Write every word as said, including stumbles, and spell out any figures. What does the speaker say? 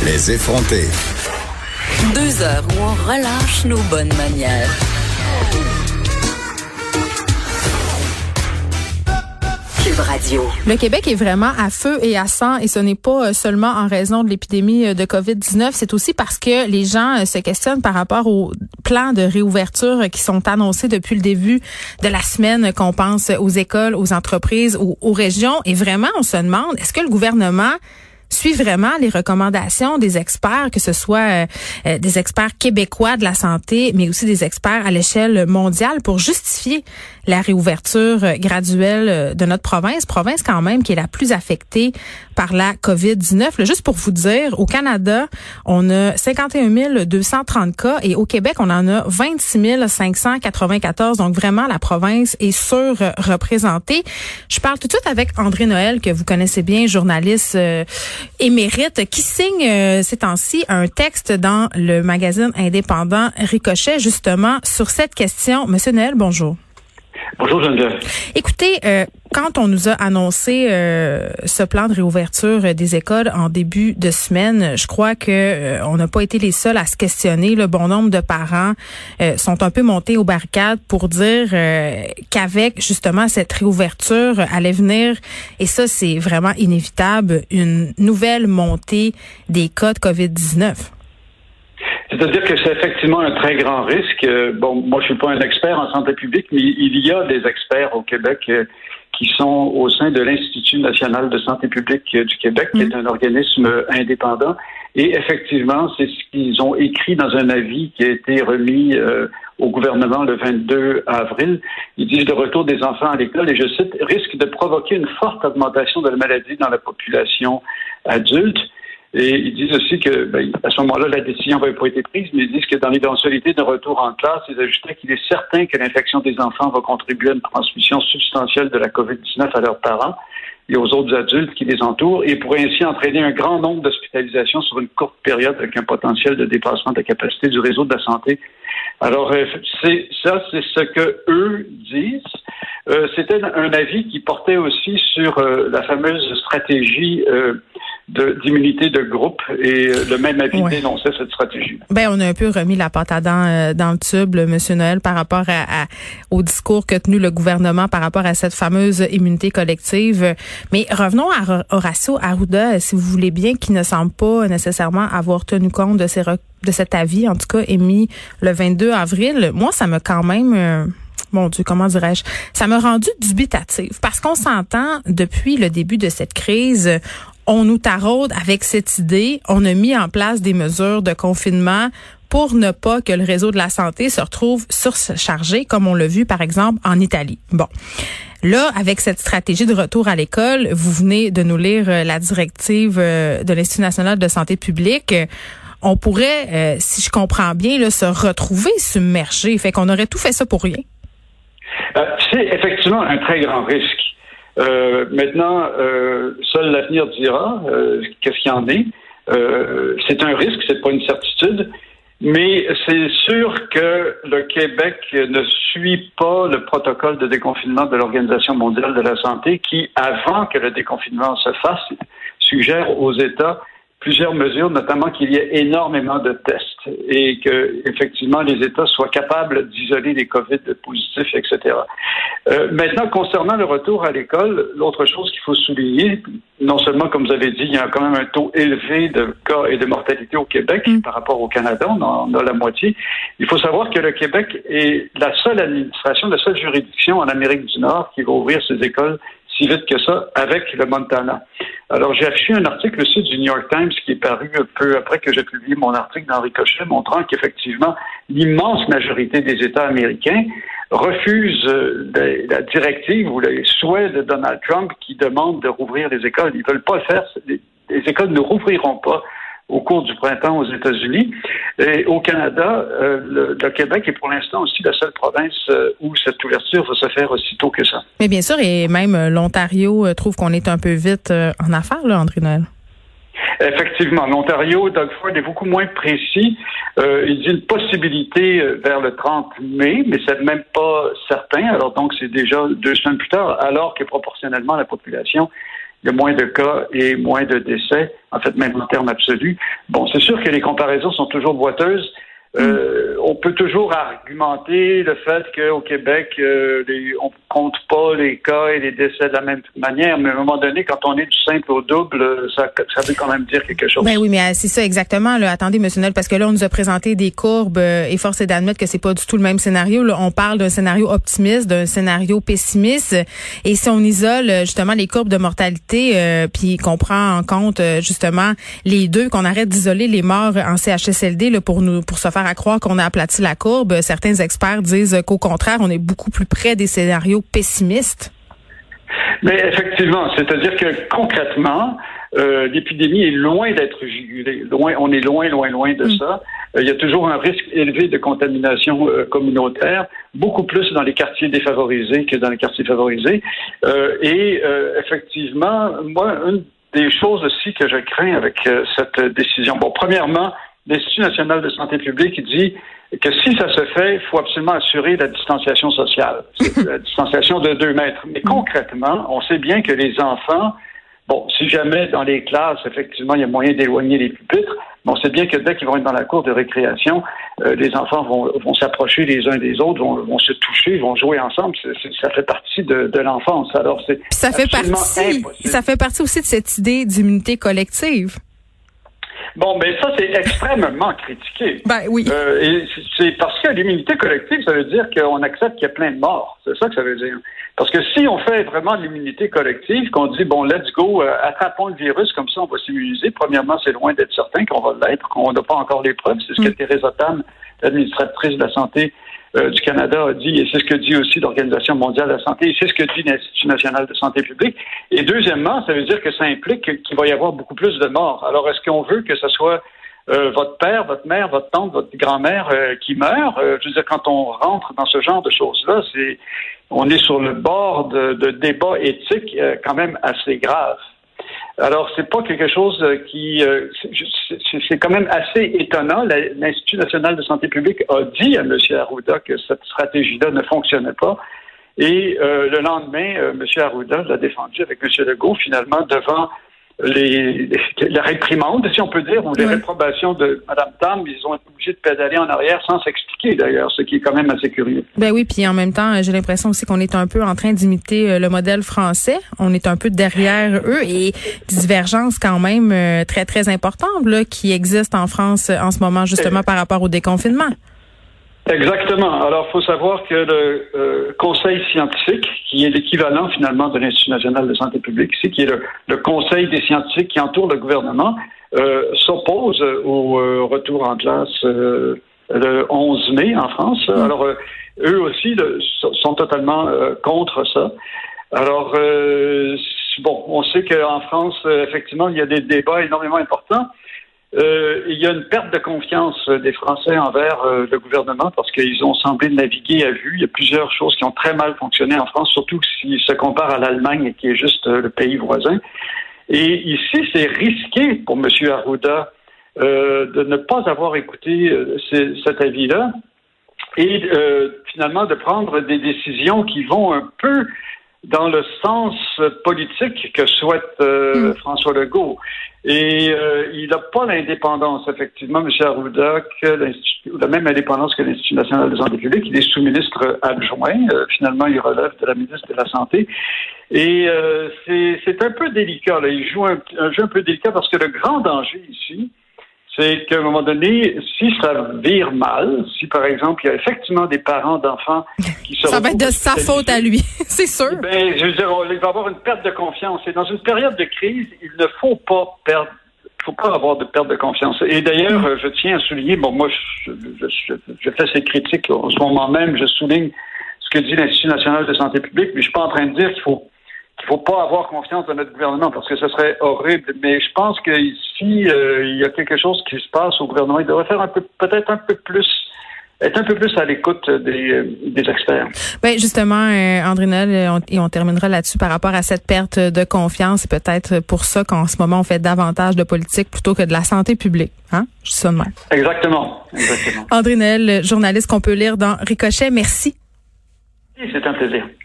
Les effronter. Deux heures où on relâche nos bonnes manières. Cube Radio. Le Québec est vraiment à feu et à sang et ce n'est pas seulement en raison de l'épidémie de covid dix-neuf, c'est aussi parce que les gens se questionnent par rapport aux plans de réouverture qui sont annoncés depuis le début de la semaine, qu'on pense aux écoles, aux entreprises, aux, aux régions. Et vraiment, on se demande, est-ce que le gouvernement suit vraiment les recommandations des experts, que ce soit euh, des experts québécois de la santé, mais aussi des experts à l'échelle mondiale pour justifier la réouverture graduelle de notre province, province quand même qui est la plus affectée par la covid dix-neuf. Là, juste pour vous dire, au Canada, on a cinquante et un mille deux cent trente cas et au Québec, on en a vingt-six mille cinq cent quatre-vingt-quatorze. Donc vraiment, la province est surreprésentée. Je parle tout de suite avec André Noël, que vous connaissez bien, journaliste euh, émérite, qui signe euh, ces temps-ci un texte dans le magazine indépendant Ricochet, justement, sur cette question. Monsieur Noël, bonjour. Bonjour Geneviève. Écoutez, euh, quand on nous a annoncé euh, ce plan de réouverture des écoles en début de semaine, je crois que euh, on n'a pas été les seuls à se questionner. Le bon nombre de parents euh, sont un peu montés aux barricades pour dire euh, qu'avec justement cette réouverture allait venir, et ça c'est vraiment inévitable, une nouvelle montée des cas de covid dix-neuf. C'est-à-dire que c'est effectivement un très grand risque. Bon, moi, je suis pas un expert en santé publique, mais il y a des experts au Québec qui sont au sein de l'Institut national de santé publique du Québec, qui est un organisme indépendant. Et effectivement, c'est ce qu'ils ont écrit dans un avis qui a été remis euh, au gouvernement le vingt-deux avril. Ils disent: le retour des enfants à l'école, et je cite, risque de provoquer une forte augmentation de la maladie dans la population adulte. Et ils disent aussi que, ben, à ce moment-là, la décision n'avait pas été prise, mais ils disent que dans l'éventualité d'un retour en classe, ils ajoutaient qu'il est certain que l'infection des enfants va contribuer à une transmission substantielle de la covid dix-neuf à leurs parents et aux autres adultes qui les entourent, et pourrait ainsi entraîner un grand nombre d'hospitalisations sur une courte période avec un potentiel de dépassement de la capacité du réseau de la santé. Alors, c'est ça, c'est ce que eux disent. Euh, c'était un avis qui portait aussi sur euh, la fameuse stratégie euh, de, d'immunité de groupe, et euh, le même avis ouais. dénonçait cette stratégie. Ben, on a un peu remis la pâte à dents euh, dans le tube, là, Monsieur Noël, par rapport à, à, au discours qu'a tenu le gouvernement par rapport à cette fameuse immunité collective. Mais revenons à Horacio Arruda, si vous voulez bien, qui ne semble pas nécessairement avoir tenu compte de ces de cet avis, en tout cas émis le vingt-deux avril. Moi, ça m'a quand même... Euh, Mon Dieu, comment dirais-je? Ça m'a rendu dubitative parce qu'on s'entend depuis le début de cette crise, on nous taraude avec cette idée, on a mis en place des mesures de confinement pour ne pas que le réseau de la santé se retrouve surchargé, comme on l'a vu par exemple en Italie. Bon. Là, avec cette stratégie de retour à l'école, vous venez de nous lire la directive de l'Institut national de santé publique. On pourrait, euh, si je comprends bien, là, se retrouver submergé. Fait qu'on aurait tout fait ça pour rien. Euh, c'est effectivement un très grand risque. Euh, maintenant, euh, seul l'avenir dira euh, qu'est-ce qu'il y en est. Euh, c'est un risque, c'est pas une certitude, mais c'est sûr que le Québec ne suit pas le protocole de déconfinement de l'Organisation mondiale de la santé, qui, avant que le déconfinement se fasse, suggère aux États plusieurs mesures, notamment qu'il y ait énormément de tests et que, effectivement, les États soient capables d'isoler les COVID positifs, et cetera. Euh, maintenant, concernant le retour à l'école, l'autre chose qu'il faut souligner, non seulement, comme vous avez dit, il y a quand même un taux élevé de cas et de mortalité au Québec mmh. par rapport au Canada, on en a la moitié. Il faut savoir que le Québec est la seule administration, la seule juridiction en Amérique du Nord qui va ouvrir ses écoles si vite que ça, avec le Montana. Alors, j'ai affiché un article aussi du New York Times qui est paru un peu après que j'ai publié mon article dans Ricochet, montrant qu'effectivement, l'immense majorité des États américains refusent la directive ou les souhaits de Donald Trump qui demande de rouvrir les écoles. Ils veulent pas le faire. Les écoles ne rouvriront pas au cours du printemps aux États-Unis. Et au Canada, euh, le, le Québec est pour l'instant aussi la seule province euh, où cette ouverture va se faire aussitôt que ça. Mais bien sûr, et même euh, l'Ontario euh, trouve qu'on est un peu vite euh, en affaires, là, André Noël. Effectivement, l'Ontario, Doug Ford est beaucoup moins précis. Euh, il dit une possibilité vers le trente mai, mais c'est même pas certain. Alors donc, c'est déjà deux semaines plus tard, alors que proportionnellement, la population il y a moins de cas et moins de décès, en fait, même en termes absolus. Bon, c'est sûr que les comparaisons sont toujours boiteuses. Euh, on peut toujours argumenter le fait qu'au Québec, euh, les, on compte pas les cas et les décès de la même manière, mais à un moment donné, quand on est du simple au double, ça, ça veut quand même dire quelque chose. Ben oui, mais c'est ça exactement. Là. Attendez, M. Noël, parce que là, on nous a présenté des courbes euh, et force est d'admettre que c'est pas du tout le même scénario. Là, on parle d'un scénario optimiste, d'un scénario pessimiste. Et si on isole justement les courbes de mortalité, euh, puis qu'on prend en compte euh, justement les deux, qu'on arrête d'isoler les morts en C H S L D là, pour nous pour se faire à croire qu'on a aplati la courbe. Certains experts disent qu'au contraire, on est beaucoup plus près des scénarios pessimistes. Mais effectivement, c'est-à-dire que concrètement, euh, l'épidémie est loin d'être jugulée. Loin, on est loin, loin, loin de mmh. ça. Euh, il y a toujours un risque élevé de contamination euh, communautaire, beaucoup plus dans les quartiers défavorisés que dans les quartiers favorisés. Euh, et euh, effectivement, moi, une des choses aussi que je crains avec euh, cette décision. Bon, premièrement, l'Institut national de santé publique dit que si ça se fait, il faut absolument assurer la distanciation sociale, la distanciation de deux mètres. Mais concrètement, on sait bien que les enfants, bon, si jamais dans les classes, effectivement, il y a moyen d'éloigner les pupitres, mais on sait bien que dès qu'ils vont être dans la cour de récréation, euh, les enfants vont, vont s'approcher les uns des autres, vont, vont se toucher, vont jouer ensemble. C'est, c'est, ça fait partie de, de l'enfance. Alors, c'est ça fait absolument partie, impossible. Ça fait partie aussi de cette idée d'immunité collective. Bon, mais ça, c'est extrêmement critiqué. Ben oui. Euh, et c'est parce que l'immunité collective, ça veut dire qu'on accepte qu'il y a plein de morts. C'est ça que ça veut dire. Parce que si on fait vraiment de l'immunité collective, qu'on dit, bon, let's go, euh, attrapons le virus, comme ça, on va s'immuniser. Premièrement, c'est loin d'être certain qu'on va l'être, qu'on n'a pas encore les preuves. C'est ce que mm. Theresa Tam, l'administratrice de la santé euh, du Canada, a dit, et c'est ce que dit aussi l'Organisation mondiale de la santé, et c'est ce que dit l'Institut national de santé publique. Et deuxièmement, ça veut dire que ça implique qu'il va y avoir beaucoup plus de morts. Alors, est-ce qu'on veut que ce soit euh, votre père, votre mère, votre tante, votre grand-mère euh, qui meurt? Euh, je veux dire, quand on rentre dans ce genre de choses-là, c'est on est sur le bord de, de débats éthiques euh, quand même assez graves. Alors, c'est pas quelque chose qui... Euh, c'est, c'est quand même assez étonnant. L'Institut national de santé publique a dit à M. Arruda que cette stratégie-là ne fonctionnait pas. Et euh, le lendemain, euh, M. Arruda l'a défendu avec M. Legault, finalement, devant les, les, la réprimande, si on peut dire, ou les oui. réprobations de Mme Tam. Ils ont été obligés de pédaler en arrière sans s'expliquer, d'ailleurs, ce qui est quand même assez curieux. Ben oui, puis en même temps, j'ai l'impression aussi qu'on est un peu en train d'imiter le modèle français. On est un peu derrière eux et divergences quand même très, très importantes là, qui existent en France en ce moment, justement, et... par rapport au déconfinement. Exactement. Alors, il faut savoir que le euh, Conseil scientifique, qui est l'équivalent finalement de l'Institut national de santé publique ici, qui est le, le Conseil des scientifiques qui entoure le gouvernement, euh, s'oppose au euh, retour en classe euh, le onze mai en France. Mmh. Alors, euh, eux aussi le, sont totalement euh, contre ça. Alors, euh, bon, on sait qu'en France, euh, effectivement, il y a des débats énormément importants. Euh, il y a une perte de confiance des Français envers euh, le gouvernement parce qu'ils ont semblé naviguer à vue. Il y a plusieurs choses qui ont très mal fonctionné en France, surtout s'ils se comparent à l'Allemagne, qui est juste euh, le pays voisin. Et ici, c'est risqué pour M. Arruda euh, de ne pas avoir écouté euh, ces, cet avis-là et euh, finalement de prendre des décisions qui vont un peu dans le sens politique que souhaite euh, mmh. François Legault. Et euh, il n'a pas l'indépendance, effectivement, M. Arruda, que l'Institut, la même indépendance que l'Institut national de santé publique. Il est sous-ministre adjoint. Euh, finalement, il relève de la ministre de la Santé. Et euh, c'est, c'est un peu délicat. Là. Il joue un, un jeu un peu délicat parce que le grand danger ici, c'est qu'à un moment donné, si ça vire mal, si par exemple il y a effectivement des parents d'enfants qui se ça va être de sa faute à lui, c'est sûr. Ben, je veux dire, il va y avoir une perte de confiance. Et dans une période de crise, il ne faut pas perdre, il faut pas avoir de perte de confiance. Et d'ailleurs, mmh. je tiens à souligner, bon, moi, je, je, je, je fais ces critiques en ce moment même, je souligne ce que dit l'Institut national de santé publique, mais je suis pas en train de dire qu'il faut Il ne faut pas avoir confiance dans notre gouvernement parce que ce serait horrible. Mais je pense qu'ici, euh, il y a quelque chose qui se passe au gouvernement. Il devrait faire un peu, peut-être un peu plus, être un peu plus à l'écoute des, des experts. Ben justement, euh, André Noël, on, et on terminera là-dessus par rapport à cette perte de confiance. C'est peut-être pour ça qu'en ce moment, on fait davantage de politique plutôt que de la santé publique. Hein? Je dis ça de même. Exactement. Exactement. André Noël, journaliste qu'on peut lire dans Ricochet. Merci. C'est un plaisir.